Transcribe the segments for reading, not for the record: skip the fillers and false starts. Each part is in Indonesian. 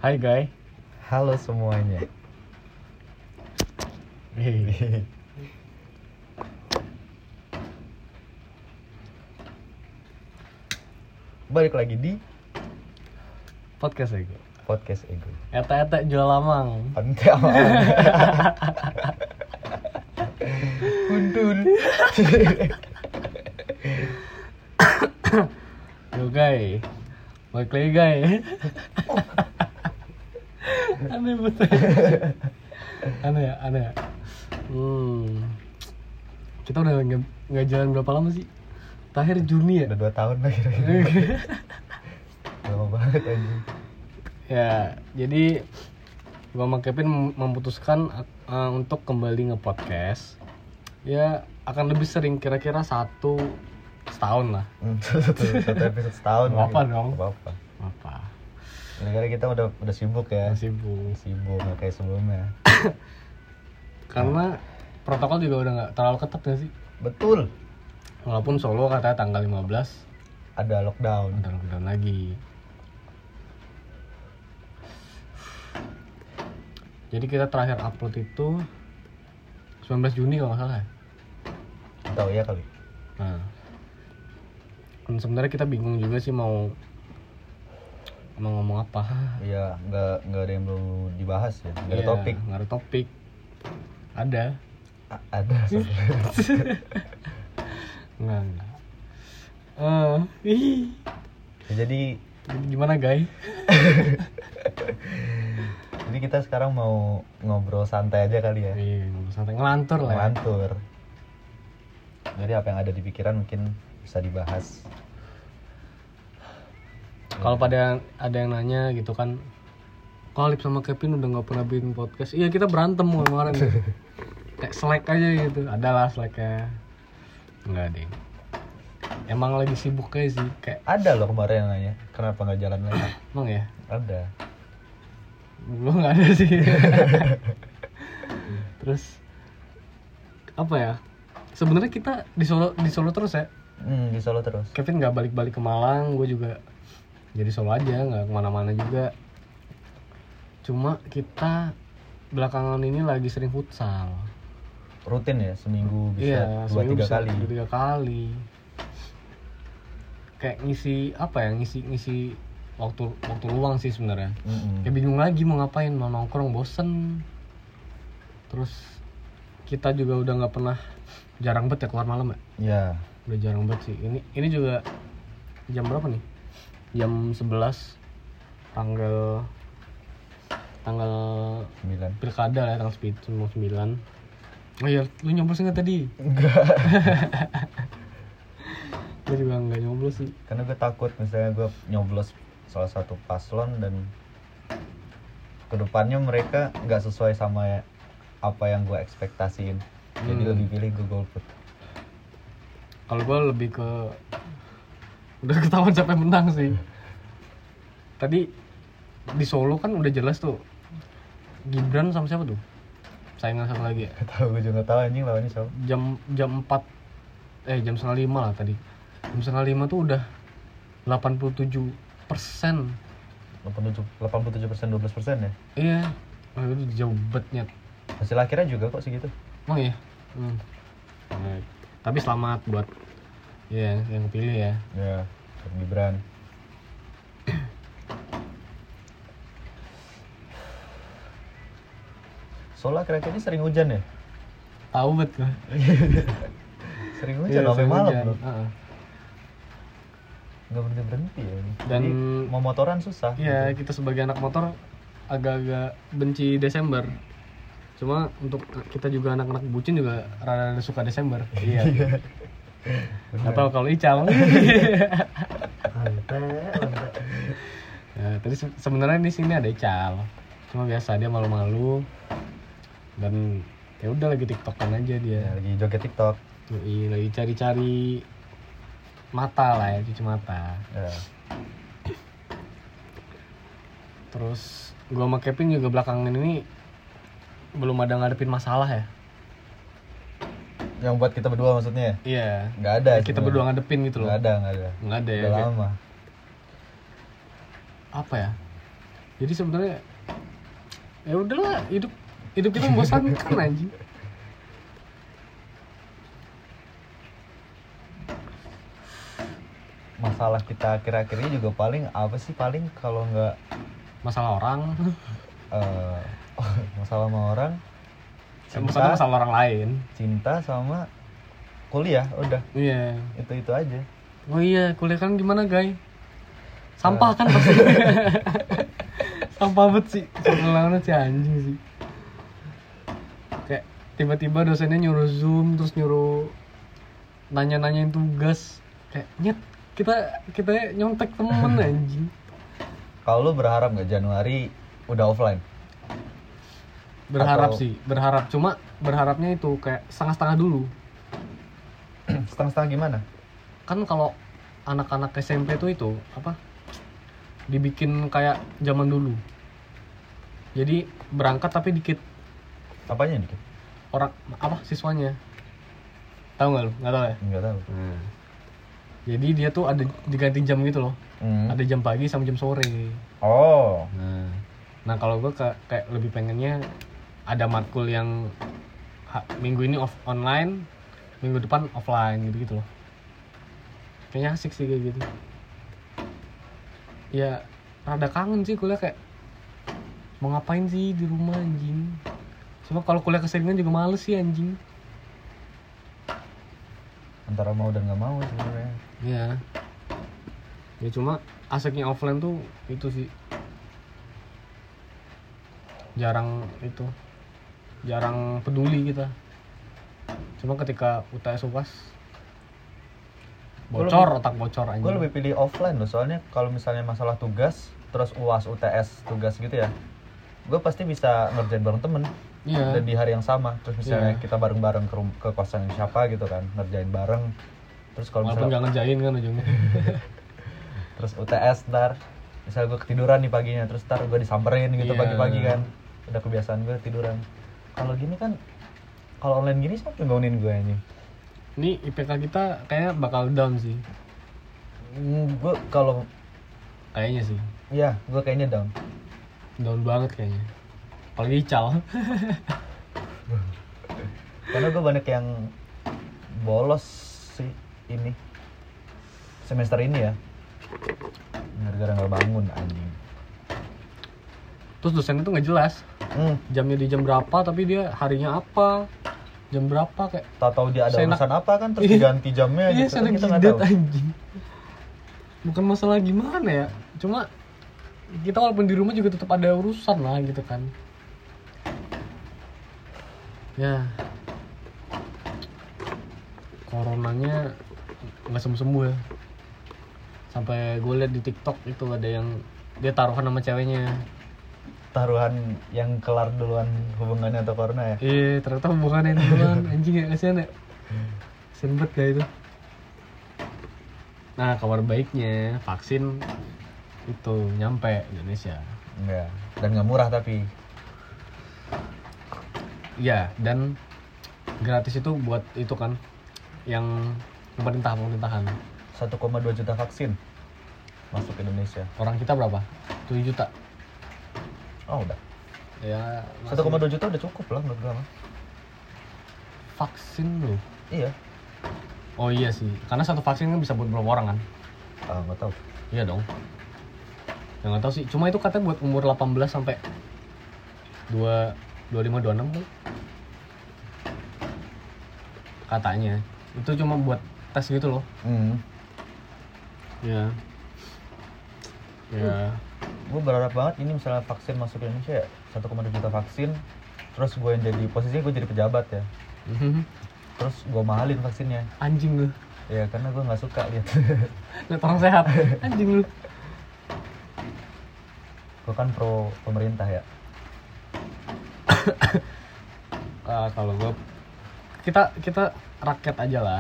Hai guys. Halo semuanya. Balik lagi di Podcast Ego. Podcast Ego. Eta jual lamang. Pantai aman. Kuntul. Yo guys. Balik lagi guys. Aneh betul. Aneh ya. Kita udah nggak jalan berapa lama sih? Terakhir Juni ya? Udah 2 tahun lagi. Lama banget anjing. Ya, jadi gua sama Kevin memutuskan untuk kembali nge-podcast. Ya, akan lebih sering, kira-kira 1 setahun lah. Satu episode setahun. Apa dong? Apa? Gara-gara kita udah sibuk ya. Sibuk nggak kayak sebelumnya. Karena protokol juga udah nggak terlalu ketat nggak sih? Betul. Walaupun Solo katanya tanggal 15 Ada lockdown lagi. Jadi kita terakhir upload itu 19 Juni kalau nggak salah ya? Tahu ya kali. Nah, sebenarnya kita bingung juga sih mau ngomong apa. Iya, nggak ada yang belum dibahas ya. Nggak ada topik. Nggak ada topik. Ada. Ada. Enggak. Ya, jadi gimana guys? Jadi kita sekarang mau ngobrol santai aja kali ya. Iya, santai ngelantur lah. Ngelantur. Jadi apa yang ada di pikiran mungkin bisa dibahas. Kalau pada ada yang nanya gitu kan, Kalip sama Kevin udah nggak pernah bikin podcast. Iya, kita berantem kemarin. Kayak Slack aja gitu. Adalah Slacknya. Enggak deh. Emang lagi sibuk kayak sih. Kayak ada loh kemarin yang nanya, kenapa nggak jalan lagi? emang ya? Ada. Gue nggak ada sih. Terus apa ya? Sebenarnya kita di Solo terus ya. Di Solo terus. Kevin nggak balik ke Malang, gue juga jadi Solo aja, nggak kemana-mana juga. Cuma kita belakangan ini lagi sering futsal. Rutin ya, seminggu bisa 2-3 kali. Kayak ngisi apa ya? Ngisi waktu luang sih sebenarnya. Kayak bingung lagi mau ngapain, mau nongkrong bosen. Terus kita juga udah nggak pernah, jarang banget ya keluar malam ya. Iya. Udah jarang banget sih. Ini juga jam berapa nih? Jam 11 tanggal 9. Pilkada ya, tanggal 9. Oh iya, lu nyoblos nggak tadi? Enggak. Gue juga nggak nyoblos sih. Karena gue takut misalnya gue nyoblos salah satu paslon dan kedepannya mereka nggak sesuai sama apa yang gue ekspektasiin. Jadi lebih pilih gue golput. Kalau gue lebih ke udah ketahuan siapa yang menang sih. Tadi di Solo kan udah jelas tuh Gibran sama siapa tuh saingan satu lagi ya. Gue juga nggak tahu anjing lawannya siapa. Jam 4 jam 4:30 lah tadi. Jam 4:30 tuh udah 87%. 87% 12% ya. Iya. Itu jauh banget. Hasil akhirnya juga kok segitu. Oh iya. Tapi selamat buat yang pilih ya. Ya, Gibran. Solo akhir-akhir ini sering hujan ya? Tahu bet gue. Sering hujan sampai malam loh. Nggak berhenti ya. Dan jadi, mau motoran susah. Iya, gitu. kita sebagai anak motor agak-agak benci Desember. Cuma untuk kita juga anak-anak bucin juga rada suka Desember. Iya. Nggak tahu kalau Ical. Ya, tadi sebenarnya di sini ada Ical. Cuma biasa dia malu-malu. Dan ya udah lagi TikTokan aja dia. Ya, lagi joget TikTok. Lagi cari-cari mata lah ya, cuci mata. Ya. Terus gua sama Kevin juga belakangan ini belum ada ngadepin masalah ya. Yang buat kita berdua maksudnya? Iya. Nggak ada. Kita berdua ngadepin gitu loh. Nggak ada. Nggak ada ya. Udah lama. Apa ya? Jadi sebenarnya ya udahlah, hidup itu membosankan anjing. Masalah kita akhir-akhir ini juga paling apa sih, paling kalau nggak Masalah orang, masalah sama orang, masalah orang lain. cinta sama kuliah, udah Iya. itu aja. Oh iya, kuliah kan gimana, guys? Sampah kan pasti. Sampah banget sih. Soalnya si anjing sih. Kayak tiba-tiba dosennya nyuruh Zoom, terus nyuruh nanya-nanyain tugas. Kayak nyet, kita nyontek temen anjing. Kalau lu berharap nggak Januari udah offline? Berharap Atau- sih, berharap. Cuma berharapnya itu kayak setengah-setengah dulu. Setengah-setengah gimana? Kan kalau anak-anak SMP tuh itu apa? Dibikin kayak zaman dulu. Jadi berangkat tapi dikit Apanya dikit? orang apa siswanya. Tahu nggak lu? Nggak tahu ya? Nggak tahu. Jadi dia tuh ada diganti jam gitu loh. Ada jam pagi sama jam sore. Oh, Nah kalau gue kayak lebih pengennya ada matkul yang minggu ini online, minggu depan offline gitu loh. Kayaknya asik sih kayak gitu. Ya rada kangen sih kuliah, kayak mau ngapain sih di rumah anjing. Cuma kalau kuliah keseringan juga males sih anjing. antara mau dan nggak mau sebenarnya. Iya. Ya cuma asiknya offline tuh itu sih. Jarang peduli kita. Cuma ketika UTS UAS bocor, otak bocor anjing. Gue lebih pilih offline loh, soalnya kalau misalnya masalah tugas, terus UAS, UTS, tugas gitu ya, gue pasti bisa ngerjain bareng temen. Iya. Dan di hari yang sama, terus misalnya Iya. kita bareng-bareng ke kosan siapa gitu kan, ngerjain bareng. Terus kalau Walaupun misalnya nggak ngerjain kan ujungnya. terus UTS ntar, misalnya gue ketiduran nih paginya, terus ntar gue disamperin gitu Iya. pagi-pagi kan, udah kebiasaan gue tiduran. Kalau gini kan, kalau online gini siapa yang bangunin gue ini? Ini IPK kita kayaknya bakal down sih. Gue kalau, Kayaknya sih. iya gue kayaknya down. Down banget kayaknya. Apalagi Ical. Karena gue banyak yang bolos sih ini semester ini ya, gara-gara nggak bangun anjing. Terus dosennya tuh nggak jelas. Jamnya di jam berapa, tapi dia harinya apa, jam berapa kayak. Tahu-tahu dia ada Seenak- urusan apa kan, terus Iya. diganti jamnya Iya, gitu kan, sana kita nggak gidat tahu. anjing. Bukan masalah gimana ya, cuma kita walaupun di rumah juga tetap ada urusan lah gitu kan. Ya, coronanya nggak sembuh ya. Sampai gue liat di TikTok itu ada yang dia taruhan sama ceweknya. Taruhan yang kelar duluan hubungannya atau corona ya. Iya, ternyata hubungannya duluan. Anjing ya, kasihan ya. Kasihan banget gak itu. Nah, kabar baiknya vaksin itu nyampe Indonesia. Enggak, dan nggak murah tapi. Iya, dan gratis itu buat itu kan yang pemerintahan. 1,2 juta vaksin masuk ke Indonesia. Orang kita berapa? 7 juta. Oh udah. Ya, 1,2 juta udah cukup lah menurut gue mah. vaksin loh. Iya. Oh iya sih, karena satu vaksin kan bisa buat berapa orang kan? Nggak tahu. Iya dong. Ya nggak tahu sih. Cuma itu katanya buat umur 18 sampai 25 26 kan? Katanya. Itu cuma buat tes gitu loh. Ya. Ya. Gue berharap banget ini misalnya vaksin masuk ke Indonesia ya, 1,2 juta vaksin. Terus gue yang jadi, posisinya gue jadi pejabat ya. Terus gue mahalin vaksinnya. Anjing lu. Ya karena gue nggak suka lihat. Lihat orang sehat. Anjing lu. Gue kan pro pemerintah ya. Kalau gue kita rakyat aja lah.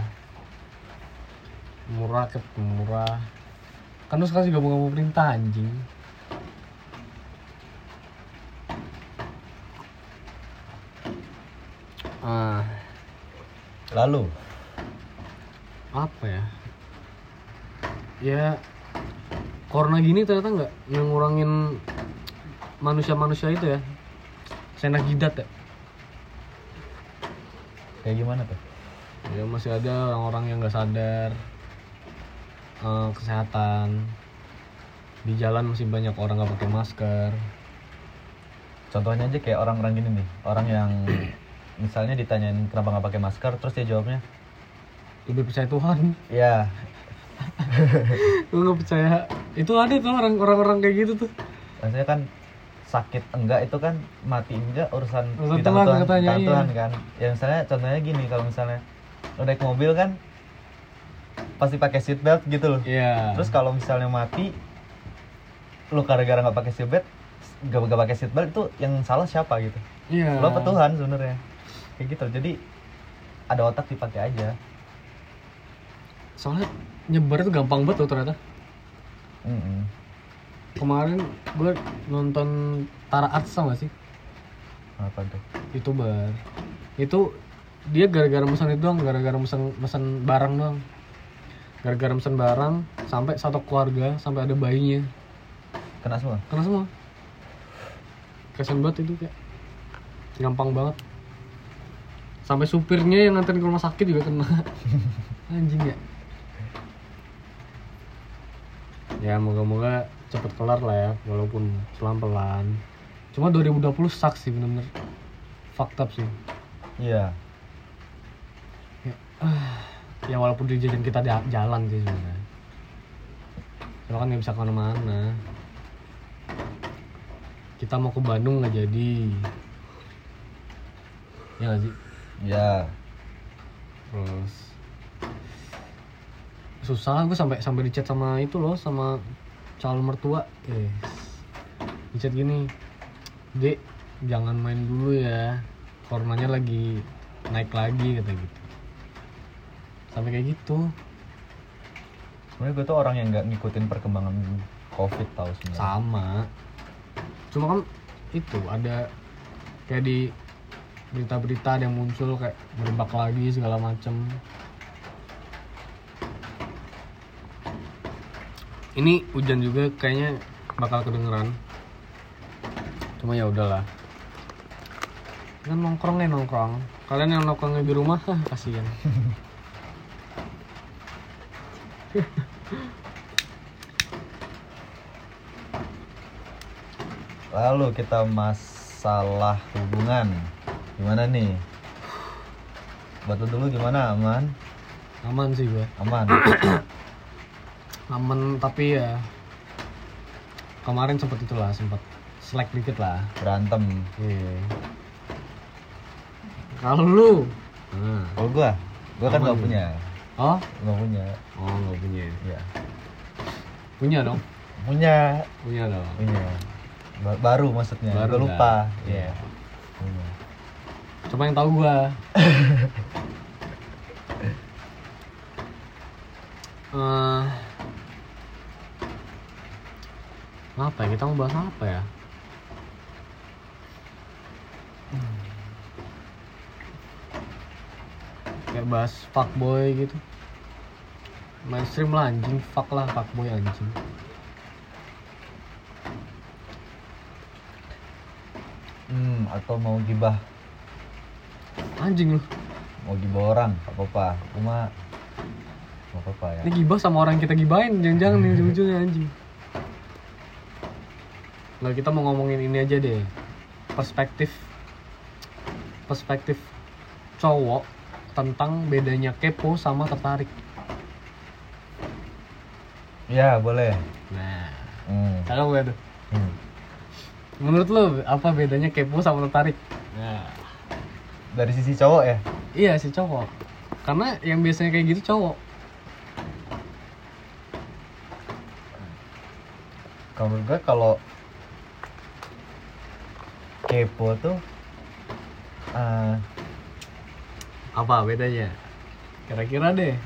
Murah, murah. Kan lu sekarang juga mau pemerintah anjing. Lalu Apa ya? Ya corona gini ternyata nggak ngurangin manusia itu ya seenak jidat ya. Kayak gimana tuh? Ya masih ada orang-orang yang nggak sadar kesehatan. Di jalan masih banyak orang nggak pakai masker. Contohnya aja kayak orang-orang gini nih, orang yang misalnya ditanyain kenapa nggak pakai masker, terus dia jawabnya, Lebih percaya Tuhan. ya Gue nggak percaya. Itu ada tuh orang-orang kayak gitu tuh. maksudnya kan sakit enggak itu kan mati enggak urusan Urusan di tangan Tuhan, Tuhan, katanya, tangan iya. Tuhan kan. Ya misalnya contohnya gini, kalau misalnya lo naik mobil kan pasti pakai seat belt gitu loh. Iya. Terus kalau misalnya mati lo gara-gara nggak pakai seat belt, gak pakai seat belt, itu yang salah siapa gitu? Iya. Lo apa Tuhan sebenarnya? Kayak gitu. Jadi ada otak dipakai aja. Soalnya nyebar itu gampang banget loh ternyata. Kemarin gue nonton Tara Arts tau gak sih? Apa tuh? YouTuber. Itu dia gara-gara pesan itu doang, gara-gara pesan barang doang. Gara-gara pesan barang sampai satu keluarga, sampai ada bayinya. Kena semua? Kena semua. Kasian banget itu kayak. Gampang banget. Sampai supirnya yang nganterin ke rumah sakit juga kena. Anjing ya. Ya moga-moga cepet kelar lah ya, walaupun pelan-pelan. Cuma 2020 sucks sih, bener-bener fucked up sih. Iya. Ya walaupun dijadiin kita jalan sih sebenarnya. Soalnya kan nggak bisa kemana-mana. Kita mau ke Bandung nggak jadi. Ya nggak sih? Iya. Terus susah gue sampai dicat sama itu loh, sama calon mertua. Dicat gini, Dek jangan main dulu ya, coronanya lagi naik lagi kata gitu. Sampai kayak gitu. Sebenarnya gue tuh orang yang nggak ngikutin perkembangan COVID tau sebenarnya. Sama. Cuma kan itu ada kayak di berita-berita ada yang muncul kayak merebak lagi segala macem. Ini hujan juga kayaknya bakal kedengeran. Cuma ya udahlah. Kan nongkrong. Kalian yang nongkrongnya di rumah, kasihan. Lalu kita masalah hubungan. Gimana nih? Buat lu dulu gimana? Aman? Aman sih gue. Aman. Aman tapi ya kemarin sempat slack dikit lah. Berantem. Iya. Kalau lu? Kalau gua kan Aman nggak juga. punya. Oh? Nggak punya. Oh nggak punya. Iya. Punya dong. Punya. Punya dong. Punya. Baru maksudnya. Baru Gua lupa. dah. Iya. Punya. Coba yang tahu gua. Apa ya? Kita mau bahas apa ya? Kayak bahas fuckboy gitu. Mainstream lah anjing, fuck lah fuckboy anjing. Atau mau gibah. Anjing lu. Mau gibah orang, gak apa-apa. Cuma gak apa-apa ya. Ini gibah sama orang kita gibahin, jangan-jangan nih ujung-ujungnya anjing. Nah, kita mau ngomongin ini aja deh. Perspektif cowok tentang bedanya kepo sama tertarik. Ya, boleh. Nah, Hmm. gue tuh. Menurut lu apa bedanya kepo sama tertarik? Nah, Dari sisi cowok ya? iya sih cowok. Karena yang biasanya kayak gitu cowok. Kalau menurut gue kalau kepo tuh Apa bedanya? Kira-kira deh.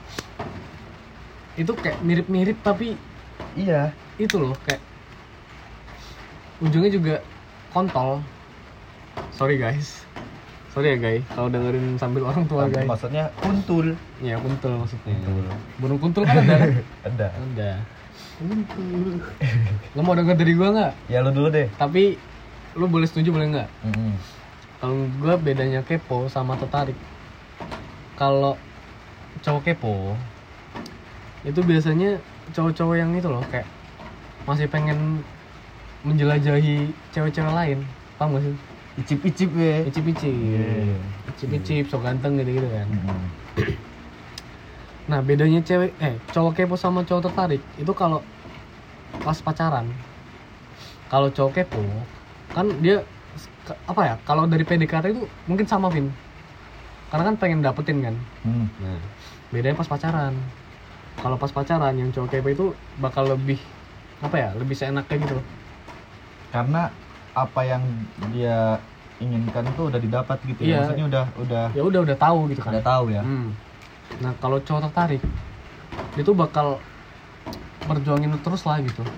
Itu kayak mirip-mirip tapi iya. itu loh kayak ujungnya juga kontol. Sorry guys. Sorry ya guys kalau dengerin sambil orang tua guys. Maksudnya kuntul. Iya kuntul maksudnya. Kuntul. Burung kuntul kan ada. Ada. Ada. Lo mau denger dari gua nggak? Ya lu dulu deh. Tapi lo boleh setuju boleh nggak? Mm-mm. Kalau gua bedanya kepo sama tertarik. Kalau cowok kepo itu biasanya cowok-cowok yang itu loh kayak masih pengen menjelajahi cewek-cewek lain, paham gak sih? Icip-icip ya. Icip-icip, Iya. icip-icip, so ganteng gitu-gitu kan. Mm-mm. Nah bedanya cowok kepo sama cowok tertarik itu kalau pas pacaran. Kalau cowok kepo kan dia apa ya? Kalau dari PDKT itu mungkin sama Vin, karena kan pengen dapetin kan. Nah bedanya pas pacaran. Kalau pas pacaran yang cowok kepo itu bakal lebih apa ya? Lebih seenaknya gitu loh. Karena apa yang dia inginkan tuh udah didapat gitu ya. Iya. Maksudnya udah Ya udah tahu gitu kan. udah tahu ya. Nah kalau cowok tertarik itu bakal berjuangin lu terus lah gitu.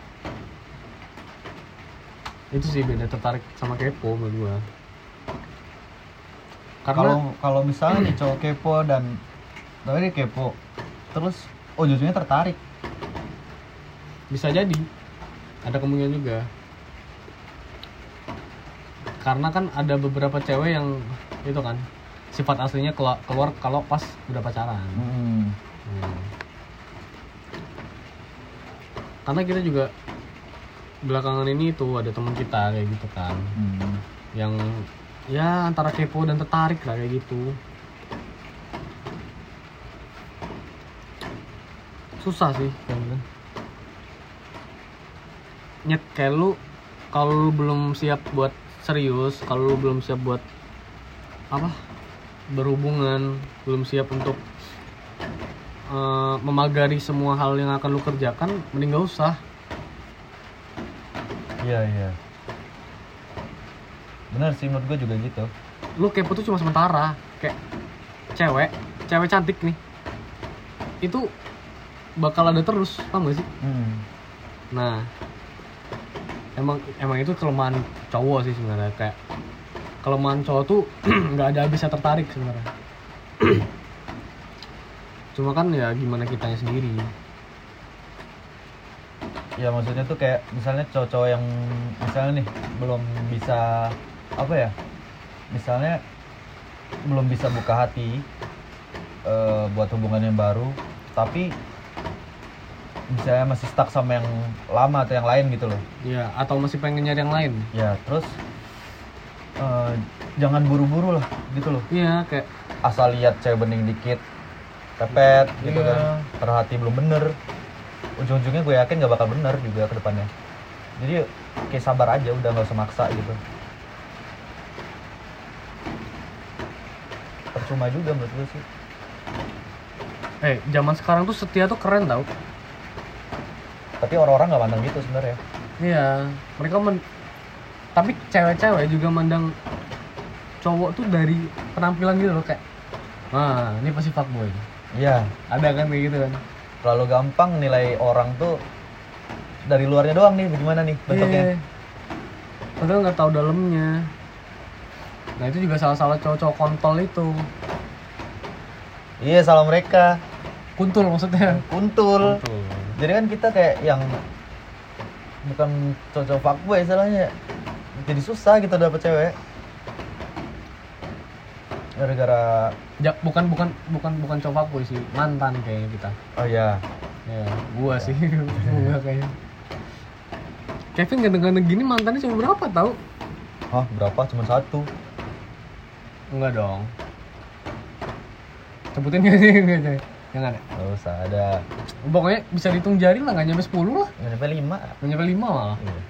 Itu sih beda tertarik sama kepo menurut gua. Karena Kalau misalnya nih cowok kepo dan tapi dia kepo terus ujungnya tertarik. bisa jadi ada kemungkinan juga. Karena kan ada beberapa cewek yang itu kan sifat aslinya keluar kalau pas udah pacaran. Karena kita juga belakangan ini tuh ada teman kita kayak gitu kan, yang ya antara kepo dan tertarik lah kayak gitu. Susah sih kayaknya. Nyet kayak lu kalau lu belum siap buat serius, kalau lu belum siap buat apa berhubungan, belum siap untuk memagari semua hal yang akan lu kerjakan, mending gak usah. Iya. Benar sih, menurut gue juga gitu. Lu kepo tuh cuma sementara. Kayak cewek cantik nih, itu bakal ada terus, paham gak sih? Nah emang itu kelemahan cowok sih sebenarnya. Kayak kelemahan cowok tuh nggak ada habisnya tertarik sebenarnya. Cuma kan ya gimana kitanya sendiri. Ya maksudnya tuh kayak misalnya cowok-cowok yang misalnya nih belum bisa apa ya, misalnya belum bisa buka hati buat hubungan yang baru, tapi misalnya masih stuck sama yang lama atau yang lain gitu loh. Ya atau masih pengen nyari yang lain. Ya terus jangan buru-buru lah gitu loh. Iya kayak Asal lihat cewek bening dikit pepet gitu Iya. kan, perhati belum bener, ujung-ujungnya gue yakin gak bakal bener juga ke depannya. Jadi kayak sabar aja, udah gak usah maksa gitu. Percuma juga menurut gue sih. zaman sekarang tuh setia tuh keren tau. Tapi orang-orang gak mandang gitu sebenarnya. Iya mereka tapi cewek-cewek juga mandang cowok tuh dari penampilan gitu loh, kayak nah ini pasti fuckboy. Iya, Ada kan kayak gitu kan. terlalu gampang nilai orang tuh dari luarnya doang nih, bagaimana nih bentuknya. Iya. Padahal nggak tahu dalamnya. Nah itu juga salah cowok-cowok kontol itu. Iya, salah mereka. Kuntul maksudnya. Kuntul. Kuntul. Jadi kan kita kayak yang bukan cowok fuckboy istilahnya, jadi susah gitu dapet cewek gara-gara Bukan cowok fuckboy sih, mantan kayaknya kita. oh ya Ya, gua sih. Gua kayaknya. Kevin ganteng-ganteng gini mantannya cuma berapa tahu? berapa, cuma 1. Enggak dong. Sebutin nggak sih? Jangan ya? Nggak usah, ada Pokoknya bisa dihitung jari lah, nggak nyampe 10 lah. nggak nyampe 5. Nggak nyampe 5 malah. Iya.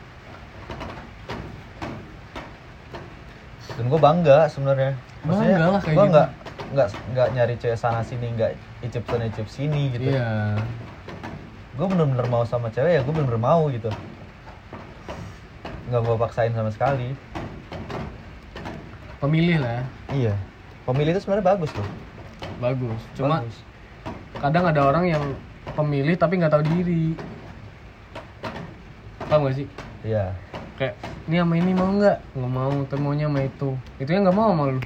Dan gue bangga sebenarnya. Maksudnya Bangga lah kayak gue gitu. nggak nyari cewek sana sini, nggak icip sana icip sini gitu. Iya. Gue bener-bener mau sama cewek ya, gue bener-bener mau gitu. Nggak gue paksain sama sekali. Pemilih lah. Iya. Pemilih itu sebenarnya bagus tuh. Bagus. Cuma Bagus. kadang ada orang yang pemilih tapi nggak tahu diri. Paham gak sih? Iya. Kayak ini sama ini mau nggak mau, tapi maunya sama itu yang nggak mau sama lu.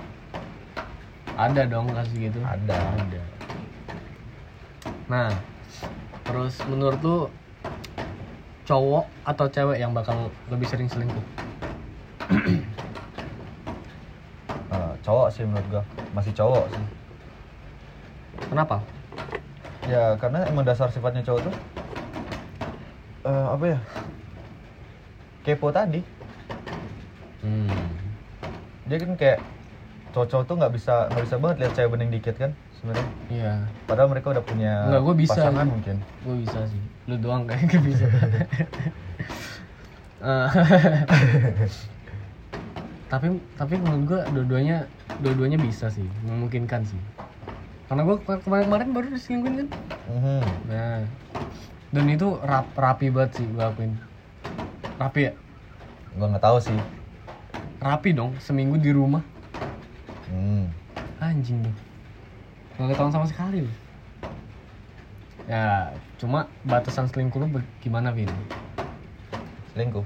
Ada dong kasih gitu. Ada. Nah terus menurut lu cowok atau cewek yang bakal lebih sering selingkuh? Cowok sih menurut gua, masih cowok sih. Kenapa? Ya karena emang dasar sifatnya cowok tuh apa ya, kepo tadi. Dia kan kayak cowok-cowok tuh nggak bisa banget lihat cewek bening dikit kan sebenarnya. Iya. Padahal mereka udah punya Enggak, gue bisa pasangan sih. mungkin. Gue bisa sih. Lu doang kayaknya gak bisa. Tapi menurut gue dua-duanya bisa sih, memungkinkan sih. Karena gue kemarin baru diselingkuhin kan. Nah, dan itu rapi banget sih gue lakuin. Rapi ya? Gue nggak tahu sih. Rapi dong, seminggu di rumah. Anjing dong. Gak ketahuan sama sekali loh. Ya, cuma batasan selingkuh lu gimana, Vin? Selingkuh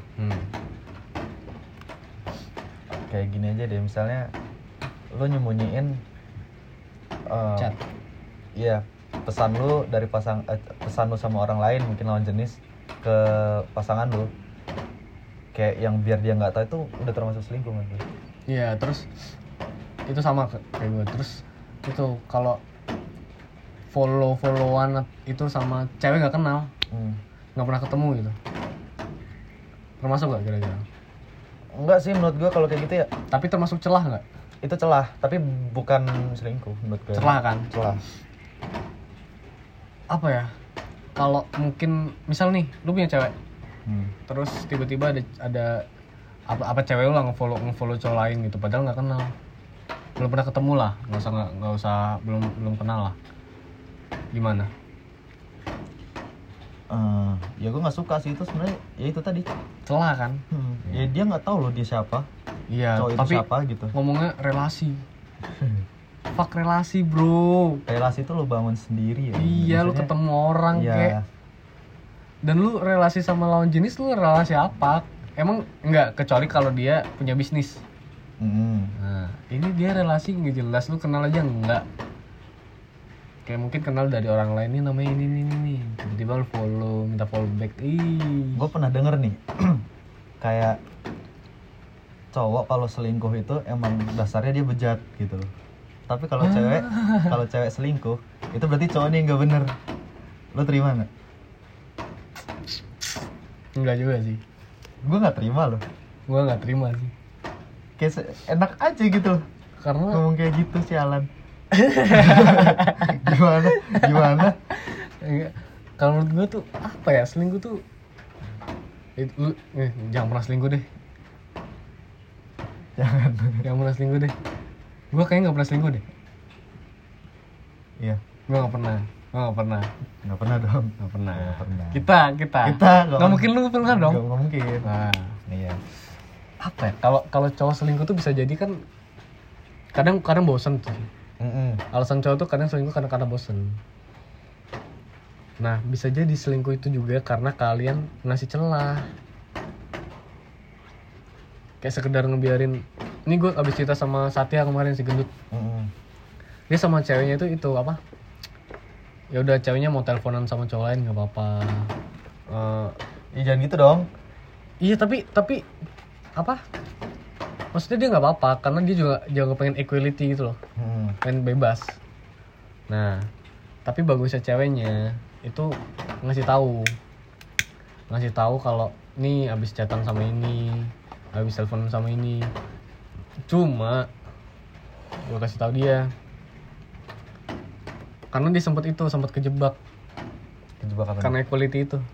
kayak gini aja deh, misalnya lu nyembunyiin Chat. Iya, pesan lu dari pesan lu sama orang lain mungkin lawan jenis ke pasangan lu, kayak yang biar dia nggak tahu, itu udah termasuk selingkuh kan? Iya, terus itu sama kayak gue. Terus itu kalau followan itu sama cewek nggak kenal, nggak pernah ketemu gitu, termasuk nggak kira-kira? Enggak sih menurut gua kalau kayak gitu ya. Tapi termasuk celah nggak? Itu celah, tapi bukan selingkuh menurut gue. Celah kan? Celah. Apa ya? Kalau mungkin misal nih, lu punya cewek, terus tiba-tiba ada apa cewek lu lah ngefollow cowok lain gitu, padahal nggak kenal, belum pernah ketemu lah, nggak usah belum kenal lah. Gimana? Ya gue nggak suka sih itu sebenarnya, ya itu tadi. Celah kan? Ya dia nggak tahu loh dia siapa. Iya, cowok itu tapi siapa gitu. ngomongnya relasi. Fuck relasi, bro. Relasi itu lo bangun sendiri ya. Iya, maksudnya, lu ketemu orang kayak. Dan lu relasi sama lawan jenis, lu relasi apa? Emang enggak, kecuali kalau dia punya bisnis. Nah, ini dia relasi nggak jelas, lu kenal aja enggak. Kayak mungkin kenal dari orang lain, ini namanya ini. Tiba-tiba lu follow, minta follow back. Gue pernah denger nih, kayak cowok kalau selingkuh itu emang dasarnya dia bejat gitu. Tapi kalau cewek selingkuh, itu berarti cowoknya nggak bener. Lo terima nggak? Enggak juga sih. Gue nggak terima loh. Gue nggak terima sih. Kayak enak aja gitu. Karena ngomong kayak gitu sialan. Gimana? Kalau menurut gue tuh apa ya, selingkuh tuh itu, jangan pernah selingkuh deh. Jangan pernah selingkuh deh. Gue kayaknya nggak pernah selingkuh deh. Iya. Gue nggak pernah. Nggak pernah dong. Nggak pernah. Kita nggak mungkin lu pernah dong. Nggak mungkin. Nah, iya. Apa ya? Kalau cowok selingkuh tuh bisa jadi kan kadang bosan tuh. Alasan cowok tuh kadang selingkuh karena bosan. Nah, bisa jadi selingkuh itu juga karena kalian ngasih celah. Kayak sekedar ngebiarin. Ini gue abis cerita sama Satya kemarin, si gendut. Dia sama ceweknya itu apa? Ya udah, ceweknya mau teleponan sama cowok lain nggak apa-apa. Jangan gitu dong. Iya, tapi apa? Maksudnya dia nggak apa-apa karena dia juga pengen equality gitu loh. Pengen bebas. Nah, tapi bagusnya ceweknya itu ngasih tahu kalau nih abis chatan sama ini, abis telepon sama ini. Cuma gue kasih tahu dia karena dia sempat kejebak apa karena equality itu.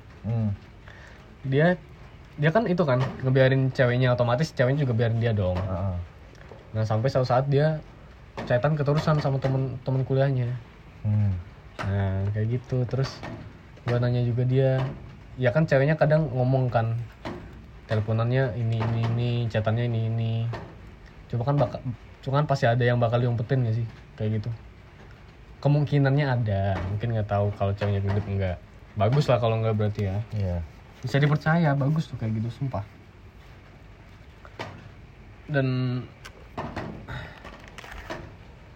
Dia kan itu kan ngebiarin ceweknya, otomatis ceweknya juga biarin dia dong. Nah, sampai suatu saat dia chatan keterusan sama temen kuliahnya. Nah, kayak gitu. Terus gue nanya juga dia, ya kan ceweknya kadang ngomong kan, teleponannya ini, chatannya ini. Cuma kan pasti ada yang bakal diumpetin gak sih, kayak gitu. Kemungkinannya ada, mungkin nggak tahu kalau ceweknya gendut enggak. Bagus lah kalau nggak berarti ya. Iya. Bisa dipercaya, bagus tuh kayak gitu, sumpah. Dan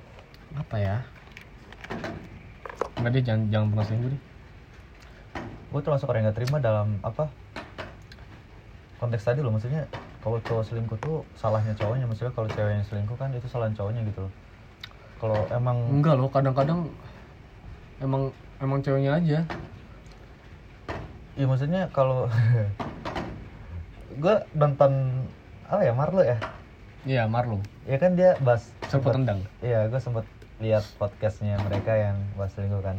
apa ya? Enggak deh, jangan pernah selingkuh deh. gue termasuk orang yang nggak terima dalam apa konteks tadi loh, maksudnya kalau cowok selingkuh tuh salahnya cowoknya, maksudnya kalau cewek yang selingkuh kan itu salahnya cowoknya gitu loh. Kalau emang enggak loh, kadang-kadang emang ceweknya aja. iya maksudnya kalau gue nonton apa ya, Marlo ya, Iya, Marlo. ya kan dia bahas Serput tendang. iya gue sempet lihat podcastnya mereka yang bahas selingkuh kan.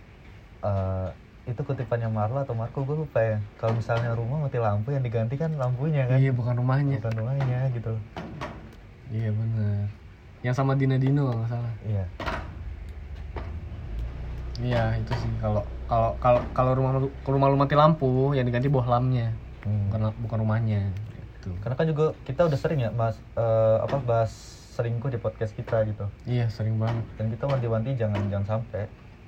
Itu kutipannya Marlo atau Marco gue lupa ya, kalau misalnya rumah mati lampu yang diganti kan lampunya kan, Iya, bukan rumahnya. bukan rumahnya gitu loh. Iya benar. Yang sama Dina Dino kalau nggak salah. Iya. Iya itu sih, kalau rumah lu mati lampu yang diganti bohlamnya, bukan rumahnya. Gitu. Karena kan juga kita udah sering ya bahas bahas selingkuh di podcast kita gitu. Iya sering banget. Dan kita wanti-wanti jangan sampai.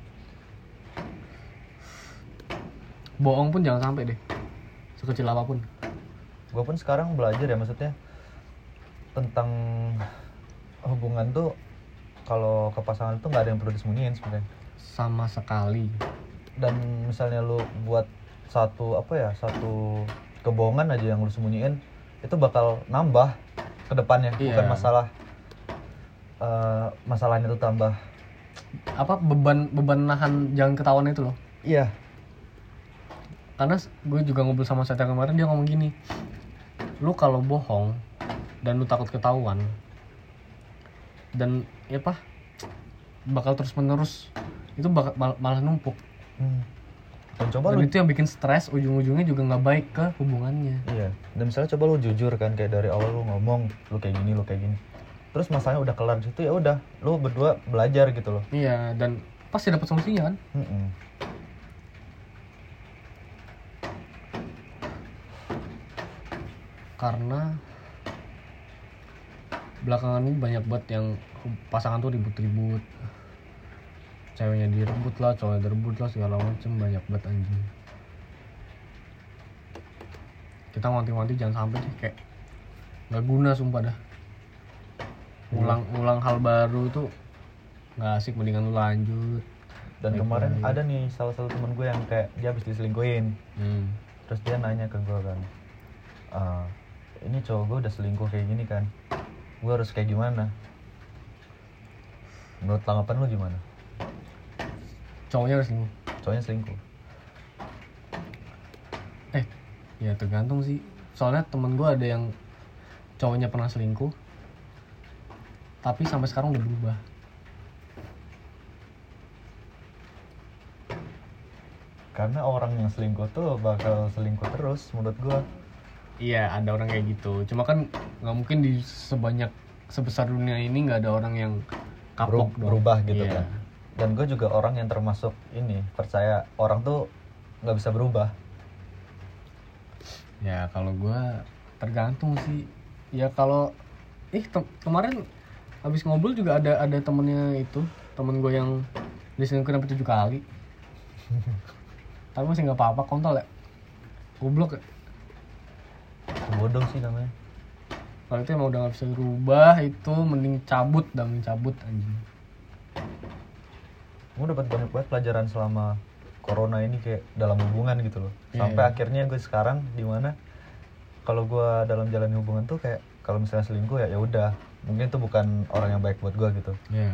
Bohong pun jangan sampai deh, sekecil apapun. Gue pun sekarang belajar ya, maksudnya tentang hubungan tuh kalau ke pasangan tuh nggak ada yang perlu disembunyiin sebenarnya. Sama sekali. Dan misalnya lu buat satu kebohongan aja yang lu sembunyiin, itu bakal nambah ke depannya. Iya. Bukan masalahnya tuh tambah Apa beban nahan jangan ketahuan itu loh. iya. Karena gue juga ngobrol sama Satya kemarin, dia ngomong gini, lu kalau bohong dan lu takut ketahuan dan ya apa bakal terus menerus, itu bakal malah numpuk. Dan coba Dan lu itu yang bikin stres, ujung-ujungnya juga nggak baik ke hubungannya. iya. Dan misalnya coba lu jujur kan, kayak dari awal lu ngomong lu kayak gini, terus masalahnya udah kelar di situ, ya udah lu berdua belajar gitu loh. Iya, dan pasti dapat solusinya kan. Karena belakangan ini banyak banget yang pasangan tuh ribut-ribut, ceweknya direbut lah, cowoknya direbut lah, segala macem, banyak banget anjing. Kita wanti-wanti jangan sampai deh, kayak nggak guna sumpah dah. Ulang hal baru itu nggak asik, mendingan lu lanjut. Dan kemarin ada nih salah satu teman gue yang kayak dia habis diselingkuhin. Terus dia nanya ke gue kan, ini cowok gue udah selingkuh kayak gini kan, gue harus kayak gimana? Menurut tanggapan lu gimana? Cowoknya harus selingkuh. Cowoknya selingkuh. Ya tergantung sih. Soalnya temen gue ada yang cowoknya pernah selingkuh, tapi sampai sekarang udah berubah. Karena orang yang selingkuh tuh bakal selingkuh terus menurut gue. Iya, ada orang kayak gitu. Cuma kan nggak mungkin di sebesar dunia ini nggak ada orang yang kapok berubah gitu iya. Kan. Dan gue juga orang yang termasuk ini, percaya orang tuh nggak bisa berubah. Ya kalau gue tergantung sih. Ya kalau kemarin habis ngobrol juga ada temennya itu, temen gue yang diselingkuhin sampai 7 kali. Tapi masih nggak apa-apa, kontol ya. Goblok ya. Bodoh sih namanya. Kalau itu emang udah gak bisa berubah, itu mending cabut anjing. Gue dapat banyak banget pelajaran selama corona ini kayak dalam hubungan gitu loh. Sampai akhirnya gue sekarang di mana kalau gue dalam jalan hubungan tuh kayak kalau misalnya selingkuh ya udah, mungkin itu bukan orang yang baik buat gue gitu. Iya.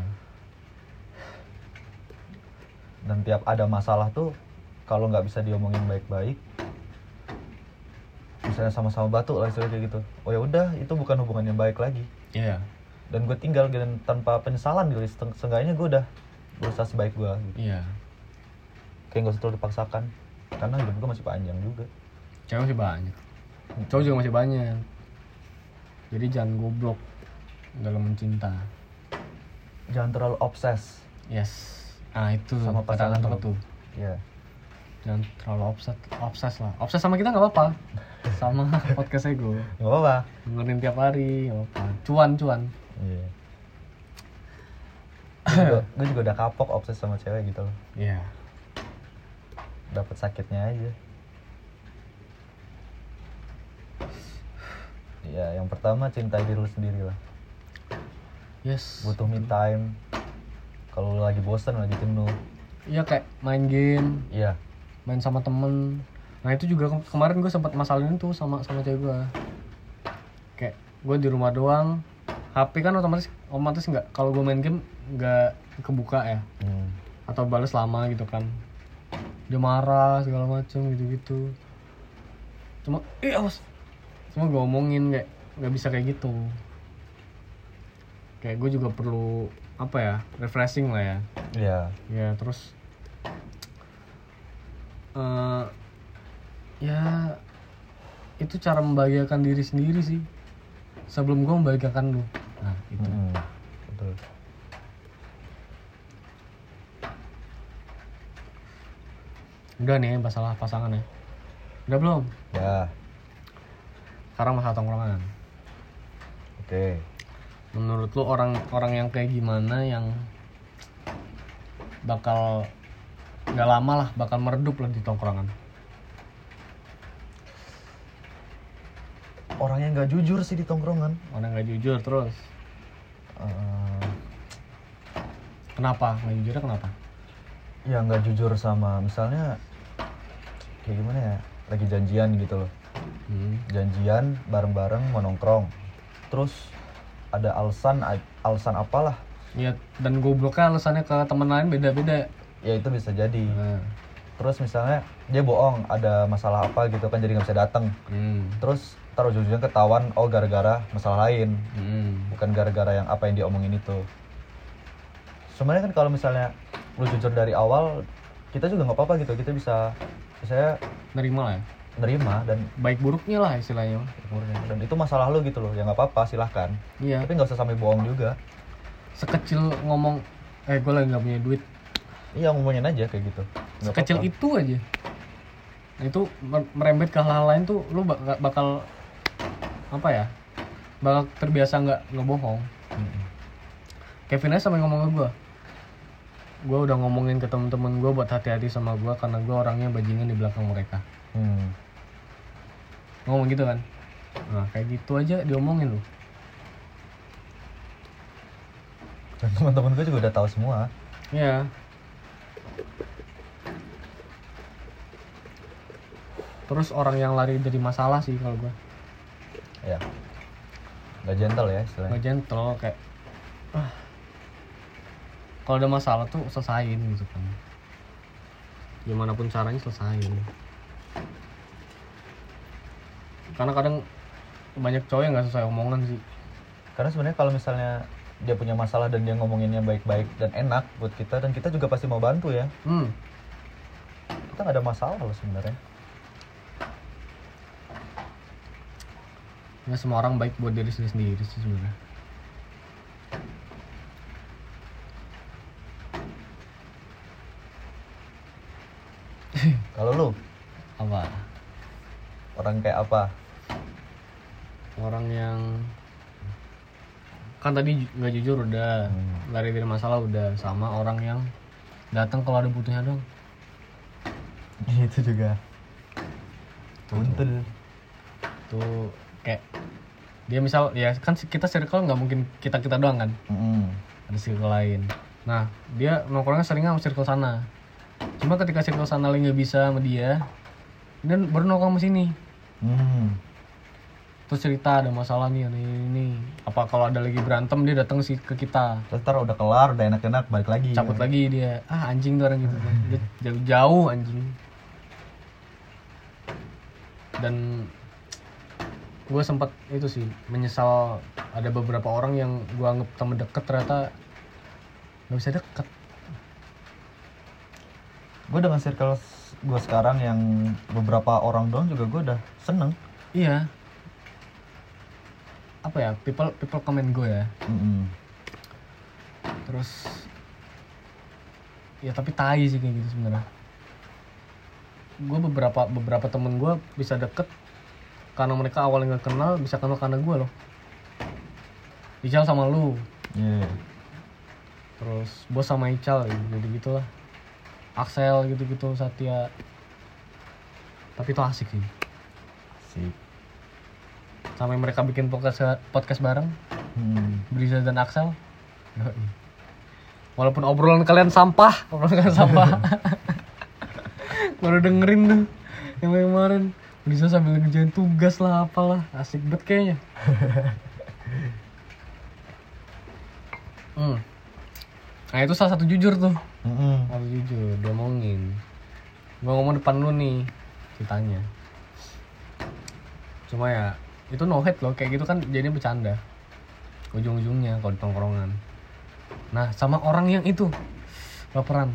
Dan tiap ada masalah tuh kalau nggak bisa diomongin baik-baik, misalnya sama-sama batuk lah istilahnya kayak gitu, oh ya udah itu bukan hubungan yang baik lagi. Iya. Dan gue tinggal dan tanpa penyesalan gitu, seenggaknya gue udah berusaha sebaik gue gitu. Iya. Kayak nggak usah terlalu dipaksakan, karena hidup gue masih panjang juga. Cewek masih banyak, cowok juga masih banyak. Jadi jangan goblok dalam mencinta. Jangan terlalu obses. Yes. Ah itu sama pasangan tuh. Iya. Jangan terlalu obses lah. Obses sama kita nggak apa-apa. Sama podcast ego. Nggak apa-apa. Dengerin tiap hari, nggak apa-apa. Cuan. Iya. Gue juga udah kapok obses sama cewek gitu loh. Iya. Dapat sakitnya aja. Ya, yang pertama cintai diri lu sendiri lah. Yes. Butuh me time. Kalau lu lagi bosan, lagi jenuh. Iya kayak main game. Iya. main sama temen. Nah itu juga kemarin gue sempat masalahin tuh sama cewek gue. Kayak gue di rumah doang, HP kan otomatis nggak, kalau gue main game nggak kebuka ya, atau balas lama gitu kan. Dia marah segala macem gitu. Cuma awas, cuma gue omongin kayak nggak bisa kayak gitu. Kayak gue juga perlu apa ya, refreshing lah ya. Iya. Ya terus ya itu cara membahagiakan diri sendiri sih, sebelum gue membahagiakan lu. Nah itu. Betul. Udah nih masalah pasangan ya. Udah belum? Ya. Sekarang masalah tongkrongan. Oke. Menurut lu orang yang kayak gimana yang bakal nggak lama lah bakal meredup lah di tongkrongan? Orang yang nggak jujur sih di tongkrongan. Orang nggak jujur terus. Kenapa? Nggak jujurnya kenapa? Ya nggak jujur sama misalnya kayak gimana ya, lagi janjian gitu loh. Janjian bareng-bareng mau nongkrong. Terus ada alasan apalah. Iya, dan gobloknya alasannya ke teman lain beda-beda. Ya itu bisa jadi. Terus misalnya dia bohong, ada masalah apa gitu kan, jadi nggak bisa datang. Terus taruh ujung-ujungnya ketahuan, oh gara-gara masalah lain, bukan gara-gara yang apa yang dia omongin itu. Sebenarnya kan kalau misalnya lu jujur dari awal, kita juga nggak apa-apa gitu, kita bisa saya Nerima lah ya, nerima dan baik buruknya lah istilahnya. dan itu masalah lu gitu loh, ya nggak apa-apa, silahkan. Iya. Tapi nggak usah sampai bohong juga. Sekecil ngomong, gue lagi nggak punya duit. Iya, ngomongin aja kayak gitu. Nggak Sekecil apa-apa. itu aja. Nah, itu merembet ke hal-hal lain tuh, lu bakal apa ya? Bakal terbiasa nggak ngebohong. Kevin aja sampai ngomong ke gue udah ngomongin ke temen-temen gue buat hati-hati sama gue karena gue orangnya bajingan di belakang mereka. Ngomong gitu kan. Nah kayak gitu aja diomongin loh. Dan teman-teman gue juga udah tahu semua. Iya. Terus orang yang lari dari masalah sih kalau gue. Ya. Nggak gentle ya istilahnya. Nggak gentle, kayak kalau ada masalah tuh selesain gitu kan. Gimana pun caranya selesain. Karena kadang banyak cowok yang nggak selesai omongan sih. Karena sebenarnya kalau misalnya dia punya masalah dan dia ngomonginnya baik-baik dan enak buat kita, dan kita juga pasti mau bantu ya. Kita nggak ada masalah loh sebenarnya. Ya semua orang baik buat diri sendiri sih sebenarnya. Kalau lu Apa? orang kayak apa? Orang yang kan tadi nggak jujur udah, lari dari masalah udah, sama orang yang datang kalau ada butuhnya dong. Itu juga. Betul. Tuh kayak dia misal ya kan kita circle nggak mungkin kita doang kan, ada circle lain. Nah dia nongkrongnya seringnya sama circle sana. Cuma ketika circle sana lagi nggak bisa sama dia, dan baru nongkrong sama sini. Terus cerita ada masalah nih ini. Apa kalau ada lagi berantem dia datang sih ke kita. Terus ntar udah kelar, udah enak-enak balik lagi. Cabut lagi dia. Anjing tuh orang gitu. Dia jauh-jauh anjing. Dan gue sempat itu sih menyesal, ada beberapa orang yang gue anggap temen deket ternyata nggak bisa deket. Gue dengan circle gue sekarang yang beberapa orang doang juga gue udah seneng. Iya. Apa ya, people comment gue ya. Terus ya tapi tai sih kayak gitu sebenarnya. Gue beberapa temen gue bisa deket karena mereka awalnya nggak kenal, bisa kenal karena gue loh. Ical sama lu. Terus Bos sama Ical jadi gitulah. Axel gitu-gitu, Satya. Tapi itu asik sih. Asik. Sampai mereka bikin podcast bareng. Briza dan Axel. Walaupun obrolan kalian sampah. Baru dengerin tuh yang kemarin bisa sambil ngerjain tugas lah apalah, asik banget kayaknya. Nah itu salah satu jujur tuh. Satu jujur dia ngomongin. Gua ngomong depan lu nih ceritanya. Cuma ya itu no hate loh, kayak gitu kan jadinya bercanda ujung-ujungnya kalau di tongkrongan. Nah sama orang yang itu baperan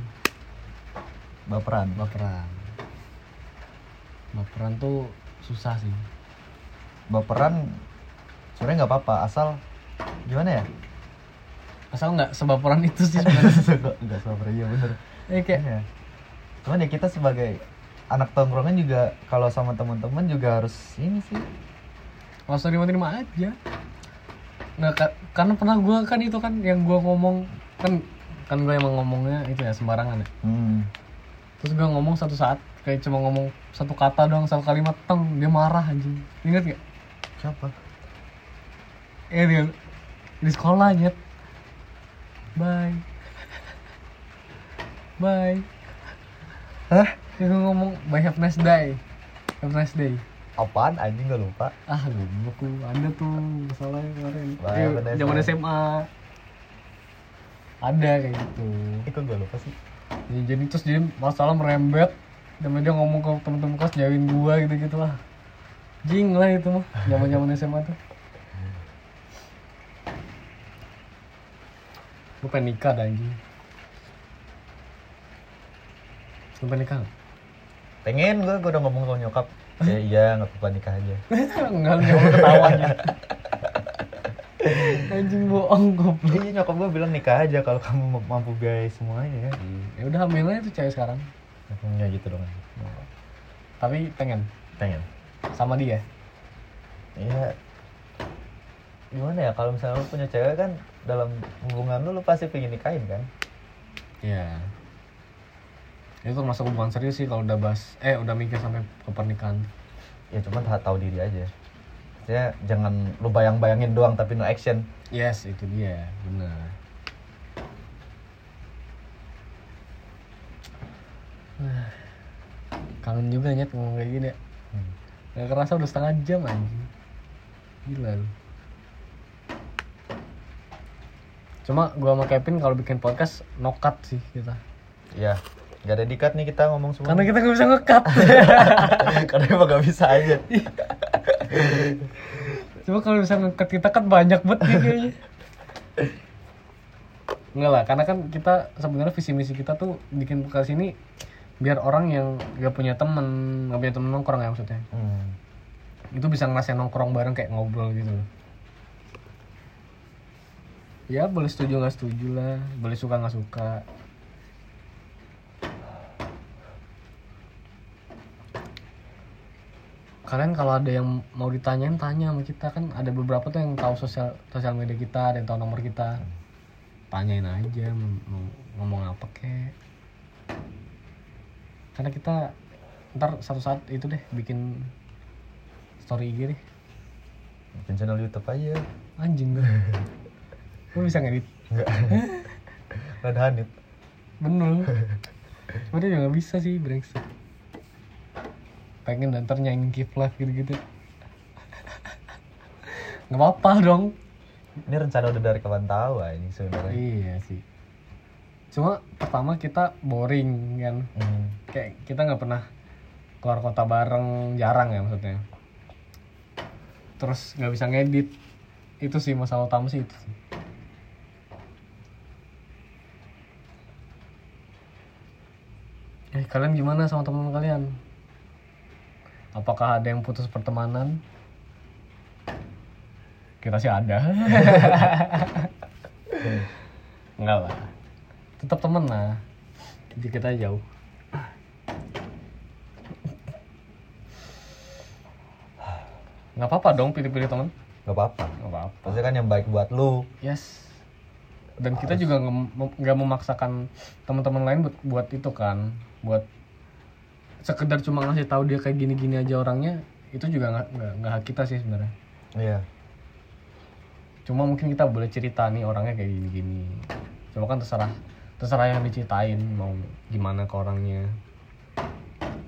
tuh susah sih. Baperan sebenarnya nggak apa-apa, asal gimana ya, asal nggak sebaperan itu sih sebenarnya. nggak sebaperan, iya bener. Kayak Ya. Cuman ya kita sebagai anak tongkrongan juga kalau sama teman-teman juga harus ini sih, langsung terima aja. Nah karena pernah gue kan itu kan yang gue ngomong kan gue emang ngomongnya itu ya sembarangan ya. Terus gue ngomong satu saat kayak cuma ngomong satu kata doang, satu kalimat teng, dia marah anjing. Ingat gak? siapa? Dia di sekolah nyet. Bye. Hah? Dia ngomong bye, have nice day. Apaan anjing, gak lupa. Goblok lu, ada tuh masalahnya kemarin. Bye, have a nice Zaman day. SMA. Ada kayak gitu. Kok gak lupa sih? Ya, jadi masalah merembet. Dan dia ngomong ke temen-temen kelas jauhin gua gitu-gitu lah. Jing lah itu mah, zaman SMA tuh. Gue pengen nikah dah anjing. Lu pengen nikah gak? Pengen, gue udah ngomong sama nyokap. Ya iya, gak apa-apa nikah aja. Enggak, jangan ketawanya. Anjing bohong goblok. Iya, nyokap gue bilang nikah aja kalau kamu mampu biayai semuanya ya. Ya udah hamil aja tuh cewek sekarang. Ya gitu dong. Tapi pengen sama dia. Iya. Gimana ya, kalau misalnya lu punya cewek kan, dalam hubungan lu pasti pengen nikahin kan? Iya. Itu termasuk hubungan serius sih kalau udah mikir sampai ke pernikahan. Ya cuman tahu diri aja. Maksudnya jangan lu bayang-bayangin doang tapi no action. Yes, itu dia, benar. Kangen juga nyet ngomong kayak gini ya. Gak kerasa udah setengah jam anjing. Gila lu. Cuma gua sama Kevin kalau bikin podcast no cut sih kita. Iya. Gak ada di-cut nih kita ngomong semua. Karena kita gak bisa nge-cut. Karena emang gak bisa aja. Cuma kalau bisa nge-cut kita kan banyak banget nih kayaknya. Enggak lah, karena kan kita sebenarnya visi misi kita tuh bikin podcast ini biar orang yang gak punya temen nongkrong ya maksudnya. Itu bisa ngerasain nongkrong bareng kayak ngobrol gitu. Ya boleh setuju gak setuju lah, boleh suka gak suka. Kalian kalau ada yang mau ditanyain tanya sama kita, kan ada beberapa tuh yang tahu sosial media kita, ada yang tahu nomor kita. Tanyain aja mau ngomong apa kek. Karena kita ntar satu saat itu deh bikin story IG deh. Bikin channel YouTube aja. Anjing gue. Lu bisa ngedit? Enggak. Rada hanit. Bener. Cuma dia juga gak bisa sih, brengsek. Pengen dan ntar nyanyi Keep Life gitu-gitu. Gak apa-apa dong. Ini rencana udah dari kapan tahu ini sebenarnya. Iya sih. Cuma pertama kita boring kan. Kayak kita gak pernah keluar kota bareng, jarang ya maksudnya. Terus gak bisa ngedit. Itu sih masalah utama sih itu sih. Kalian gimana sama teman kalian? Apakah ada yang putus pertemanan? Kita sih ada. Enggak lah. Tetap temen lah. Jadi kita jauh. Nggak apa-apa dong pilih-pilih teman. Gak apa-apa. Nggak apa-apa. Pasti kan yang baik buat lu. Yes. Dan kita juga nggak memaksakan teman-teman lain buat itu kan. Buat sekedar cuma ngasih tahu dia kayak gini-gini aja orangnya, itu juga nggak hak kita sih sebenarnya. Iya. Cuma mungkin kita boleh cerita nih orangnya kayak gini-gini. Cuma kan terserah yang diceritain mau gimana ke orangnya.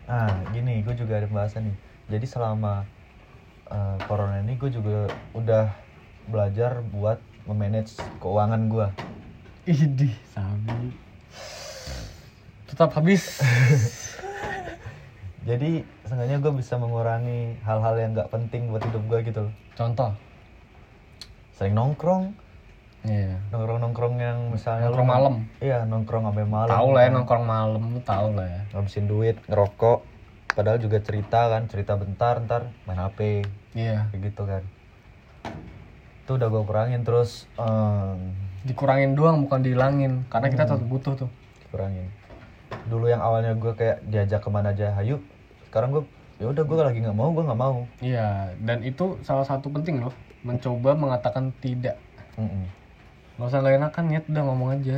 Gini, gue juga ada bahasan nih. Jadi selama corona ini gue juga udah belajar buat memanage keuangan gue. Idih, sabi. Tetap habis. Jadi seenggaknya gue bisa mengurangi hal-hal yang gak penting buat hidup gue gitu loh. Contoh. Sering nongkrong. Iya. Nongkrong yang misalnya Nongkrong malam. Iya, nongkrong sampai malam. Tahu lah ya nongkrong malam, lu tahu lah ya. Ngabisin duit, ngerokok. Padahal juga cerita bentar main HP. Iya. Kayak gitu kan. Itu udah gue kurangin terus Dikurangin doang bukan dihilangin karena kita tetap butuh tuh. kurangin. Dulu yang awalnya gue kayak diajak kemana aja, hayu. Sekarang gue ya udah gue lagi nggak mau. Iya, dan itu salah satu penting loh, mencoba mengatakan tidak. Nggak usah nggak enakan, niat udah ngomong aja.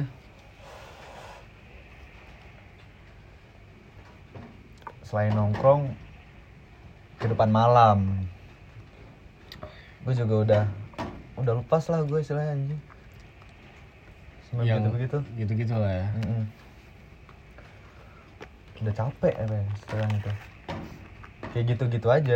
Selain nongkrong ke depan malam, gue juga udah lepas lah gue istilahnya anjing. Sama begitu gitu lah ya. Udah capek ya sekarang itu. Kayak gitu-gitu aja.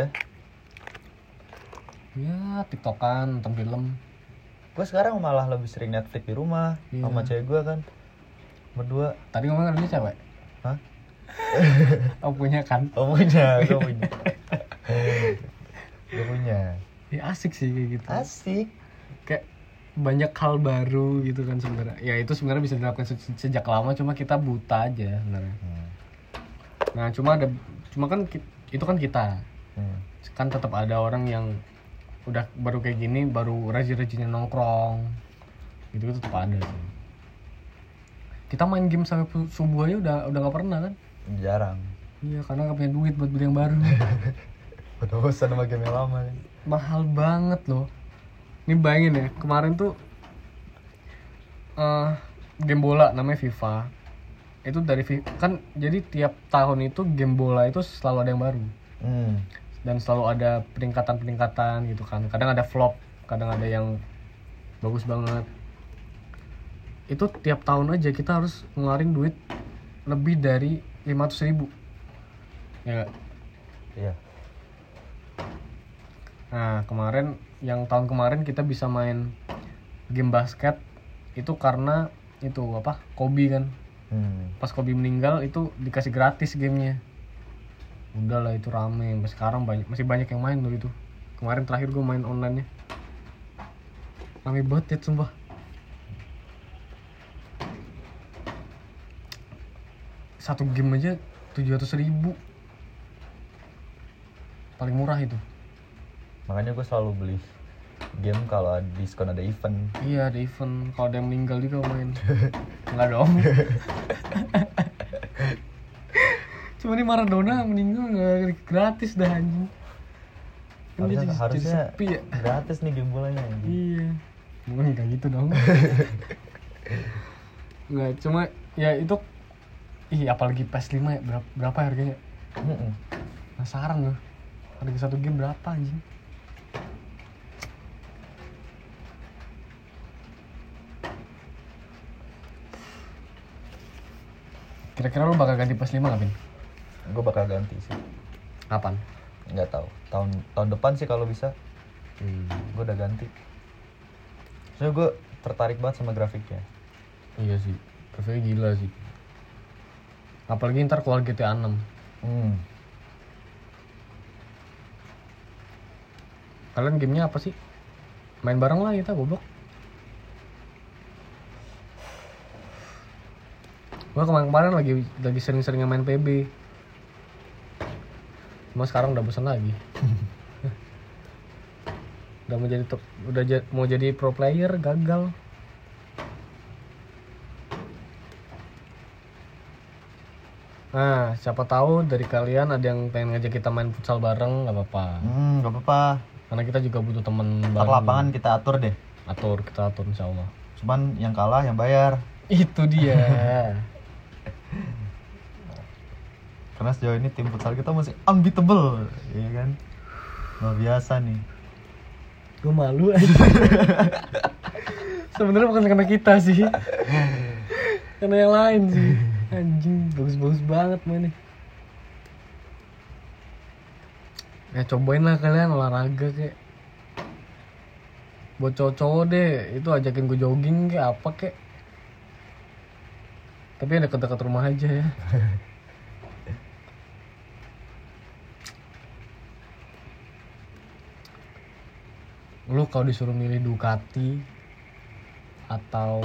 Ya, tiktokan, nonton film. Gue sekarang malah lebih sering Netflix di rumah sama cewek gue kan. Berdua. Tadi ngomong ada cewek? Hah? Oh punya kan? Gue punya. Gue punya. Ya asik sih kayak gitu. Asik. Kayak banyak hal baru gitu kan sebenarnya. Ya itu sebenarnya bisa dilakukan sejak lama, cuma kita buta aja sebenarnya. Nah cuma kan itu kan kita. Kan tetap ada orang yang udah baru kayak gini, baru rajin-rajinnya nongkrong. Gitu tetap ada sih. Kita main game sampai subuh aja udah nggak pernah kan? Jarang. Iya, karena nggak punya duit buat beli yang baru. Udah bosan sama game yang lama nih. Mahal banget loh. Ini bayangin ya, kemarin tuh game bola namanya FIFA. Itu dari kan jadi tiap tahun itu game bola itu selalu ada yang baru. Dan selalu ada peningkatan gitu kan. Kadang ada flop, kadang ada yang bagus banget. Itu tiap tahun aja kita harus ngeluarin duit lebih dari 500.000. Ya gak? Iya. Nah tahun kemarin kita bisa main game basket itu karena itu Kobe kan. Pas Kobe meninggal itu dikasih gratis gamenya. Udahlah itu rame sampai sekarang masih banyak yang main loh itu. Kemarin terakhir gue main online nya rame banget ya sumpah. Satu game aja 700.000 paling murah itu. Makanya gue selalu beli game kalau diskon ada event. Iya ada event, kalau ada yang meninggal juga main. Enggak dong. Cuma ini Maradona meninggal nggak gratis dah anjing. Harusnya sepi ya. Gratis nih game bolanya anjing. Iya. Mungkin kayak gitu dong. Nggak, cuma ya itu apalagi PS5 ya, berapa harganya? Penasaran loh. Harga satu game berapa anjing? Kira-kira lo bakal ganti PS5 nggak, Bin? Gue bakal ganti sih. Kapan? Nggak tahu. Tahun depan sih kalau bisa. Gue udah ganti. Soalnya gue tertarik banget sama grafiknya. Iya sih, grafiknya gila sih. Apalagi ntar keluar GTA 6. Kalian gamenya apa sih? Main bareng lah kita, goblok. Gua kemarin lagi sering-seringnya main PB. Cuma sekarang udah bosan lagi. Mau jadi pro player, gagal. Nah, siapa tahu dari kalian ada yang pengen ngajak kita main futsal bareng, nggak apa-apa. Nggak apa-apa. Karena kita juga butuh teman bareng. Lapangan kita atur deh. Kita atur insya Allah. Cuman yang kalah yang bayar. Itu dia. Karena sejauh ini tim futsal kita masih unbeatable, ya kan? Luar biasa nih. Gue malu aja. Sebenarnya bukan karena kita sih, karena yang lain sih. Anjing, bagus-bagus banget mainnya. Ya cobain lah kalian olahraga kayak. Buat cowok-cowok deh, itu ajakin gue jogging kayak apa kayak. Tapi yang deket-deket rumah aja ya. Lu kalau disuruh milih Ducati atau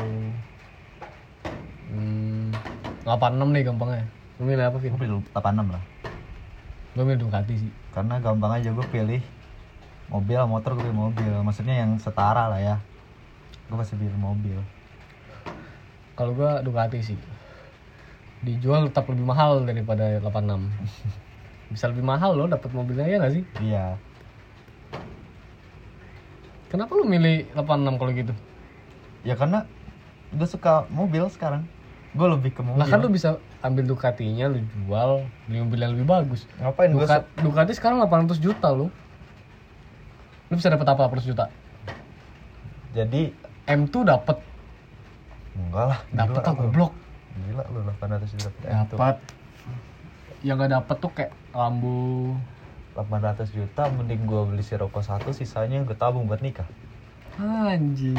86 nih gampangnya. Lu milih apa, Vin? Gue pilih 86 lah. Gue milih Ducati sih. Karena gampang aja, gue pilih mobil, motor gue pilih mobil. Maksudnya yang setara lah ya. Gue pasti pilih mobil. Kalau gue Ducati sih. Dijual tetap lebih mahal daripada 86. Bisa lebih mahal loh dapat mobilnya, ya nggak sih? Iya. Kenapa lu milih 86 kalau gitu? Ya karena gue suka mobil sekarang. Gue lebih ke mobil. Lah kan lu bisa ambil Ducatinya, lu jual, beli mobil yang lebih bagus. Ngapain gue? Ducati sekarang 800 juta lu. Lu bisa dapat apa 800 juta? Jadi M2 dapat. enggak lah. Dapat ah goblok. Gila lu 800 juta Dapat. Yang enggak dapat tuh kayak Lambo 800 juta mending gue beli Sirocco 1, sisanya gue tabung buat nikah. anjing.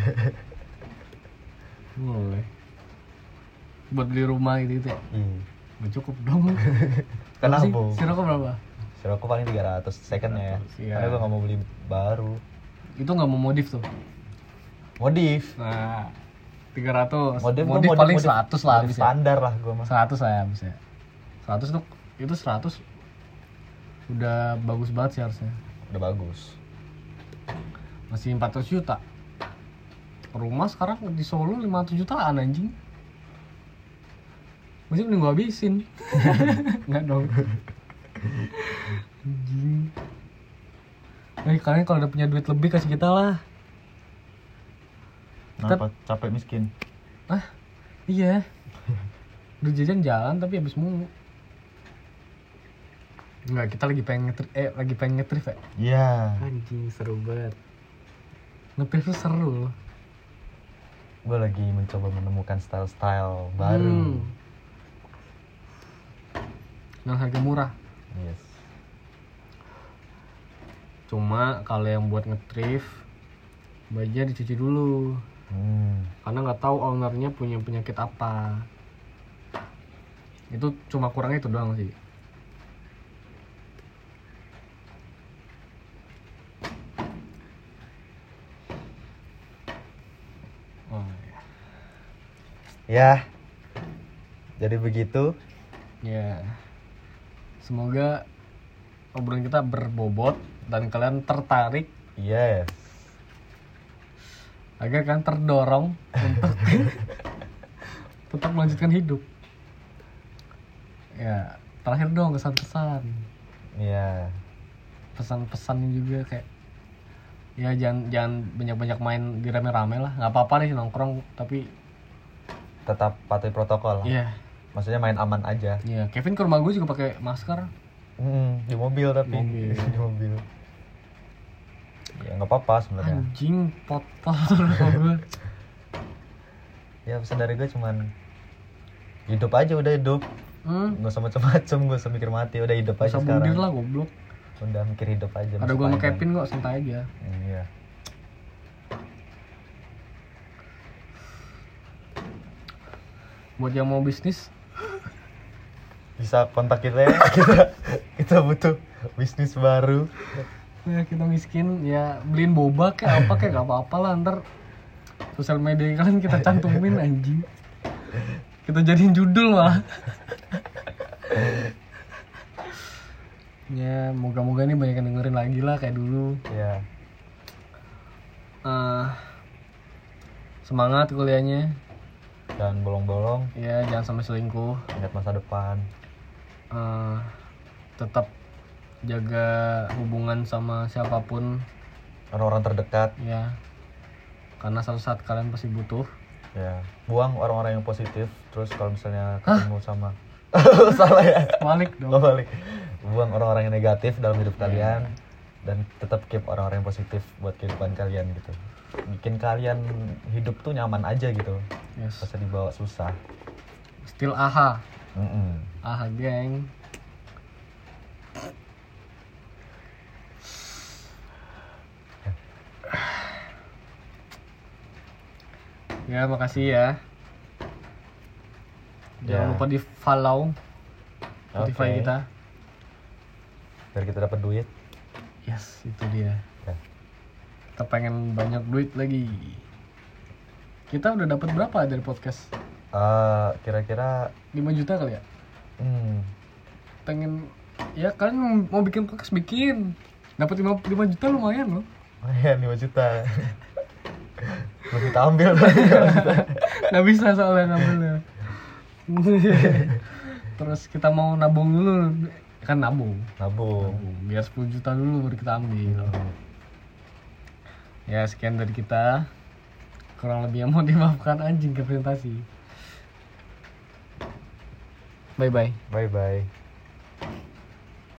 Boleh. Buat beli rumah gitu ya. Iya. Nggak cukup dong. Kenapa? Sih, Sirocco berapa? Sirocco paling 300 secondnya ya. 300, iya. Karena gue gak mau beli baru. Itu nggak mau modif tuh. Modif. Nah, 300. Modif Paling 100 lah modif habis ya. standar lah gue mah. 100 lah ya habis ya. 100 tuh, itu 100 udah bagus banget sih harusnya. Udah bagus. Masih 400 juta. Rumah sekarang di Solo 500 jutaan anjing. Masih mending gua habisin. Enggak dong. Anjing. Kalian kalau udah punya duit lebih kasih kita lah. Kenapa? Capek miskin. Iya. Udah jajan jalan tapi habis mulu. Enggak, kita lagi pengen ngetrip ya. Iya. Anjing seru banget. Ngetrip tuh seru loh. Gue lagi mencoba menemukan style-style baru. Dengan harga murah. Yes. Cuma kalau yang buat ngetrip bajunya dicuci dulu. Karena nggak tahu ownernya punya penyakit apa. Itu cuma kurangnya itu doang sih. Ya. Jadi begitu. Ya. Semoga obrolan kita berbobot dan kalian tertarik. Yes. Agar kalian terdorong untuk tetap melanjutkan hidup. Ya, terakhir dong kesan-kesan. Iya. Pesan-pesan juga kayak ya jangan banyak-banyak main di rame-rame lah. Nggak apa-apa nih nongkrong tapi Tetap patuhi protokol. iya. Maksudnya main aman aja. Iya, Kevin ke rumah gue juga pakai masker. Di mobil tapi. Di mobil. Ya nggak apa-apa sebenarnya. Anjing potol rumah gue. Ya pesan dari gue cuman hidup aja, udah hidup. Nggak usah macam-macam, nggak usah mikir mati, udah hidup aja Usah sekarang. bundir lah goblok. Udah mikir hidup aja. Ada gue sama Kevin kok, santai aja. Iya. Buat yang mau bisnis, Bisa kontak kita ya. kita butuh bisnis baru. ya kita miskin ya beliin boba kayak apa kayak gak apa-apa lah, ntar sosial media kalian kita cantumin anjing. Kita jadiin judul lah. Ya moga-moga ini banyak yang dengerin lagi lah kayak dulu. Iya. Semangat kuliahnya. Dan bolong-bolong, Ya jangan sampai selingkuh. ingat masa depan. Tetap jaga hubungan sama siapapun Orang-orang terdekat. ya, karena suatu saat kalian pasti butuh. Ya. Buang orang-orang yang positif. Terus kalau misalnya ketemu sama salah ya. Balik dong. Oh, balik. Buang orang-orang yang negatif dalam hidup kalian. Dan tetap keep orang-orang yang positif buat kehidupan kalian gitu. Bikin kalian hidup tuh nyaman aja gitu. Yes. Pas dibawa susah. Still aha. Mm-mm. Aha geng. Ya makasih ya. Jangan Ya. lupa di follow Spotify Oke. kita. Biar kita dapat duit. Yes, itu dia. Ya. Kita pengen banyak duit lagi. Kita udah dapat berapa dari podcast? Kira-kira 5 juta kali ya? Pengen ya kalian mau bikin podcast bikin. Dapat 5 juta lumayan loh. ya 5 juta. Belum kita ambil. Nggak bisa soalnya ngambilnya. Terus kita mau nabung dulu. Kan nabung. Biar 10 juta dulu baru kita ambil. Ya sekian dari kita. Kurang lebih yang mau dimaafkan anjing ke presentasi. Bye bye. Bye bye.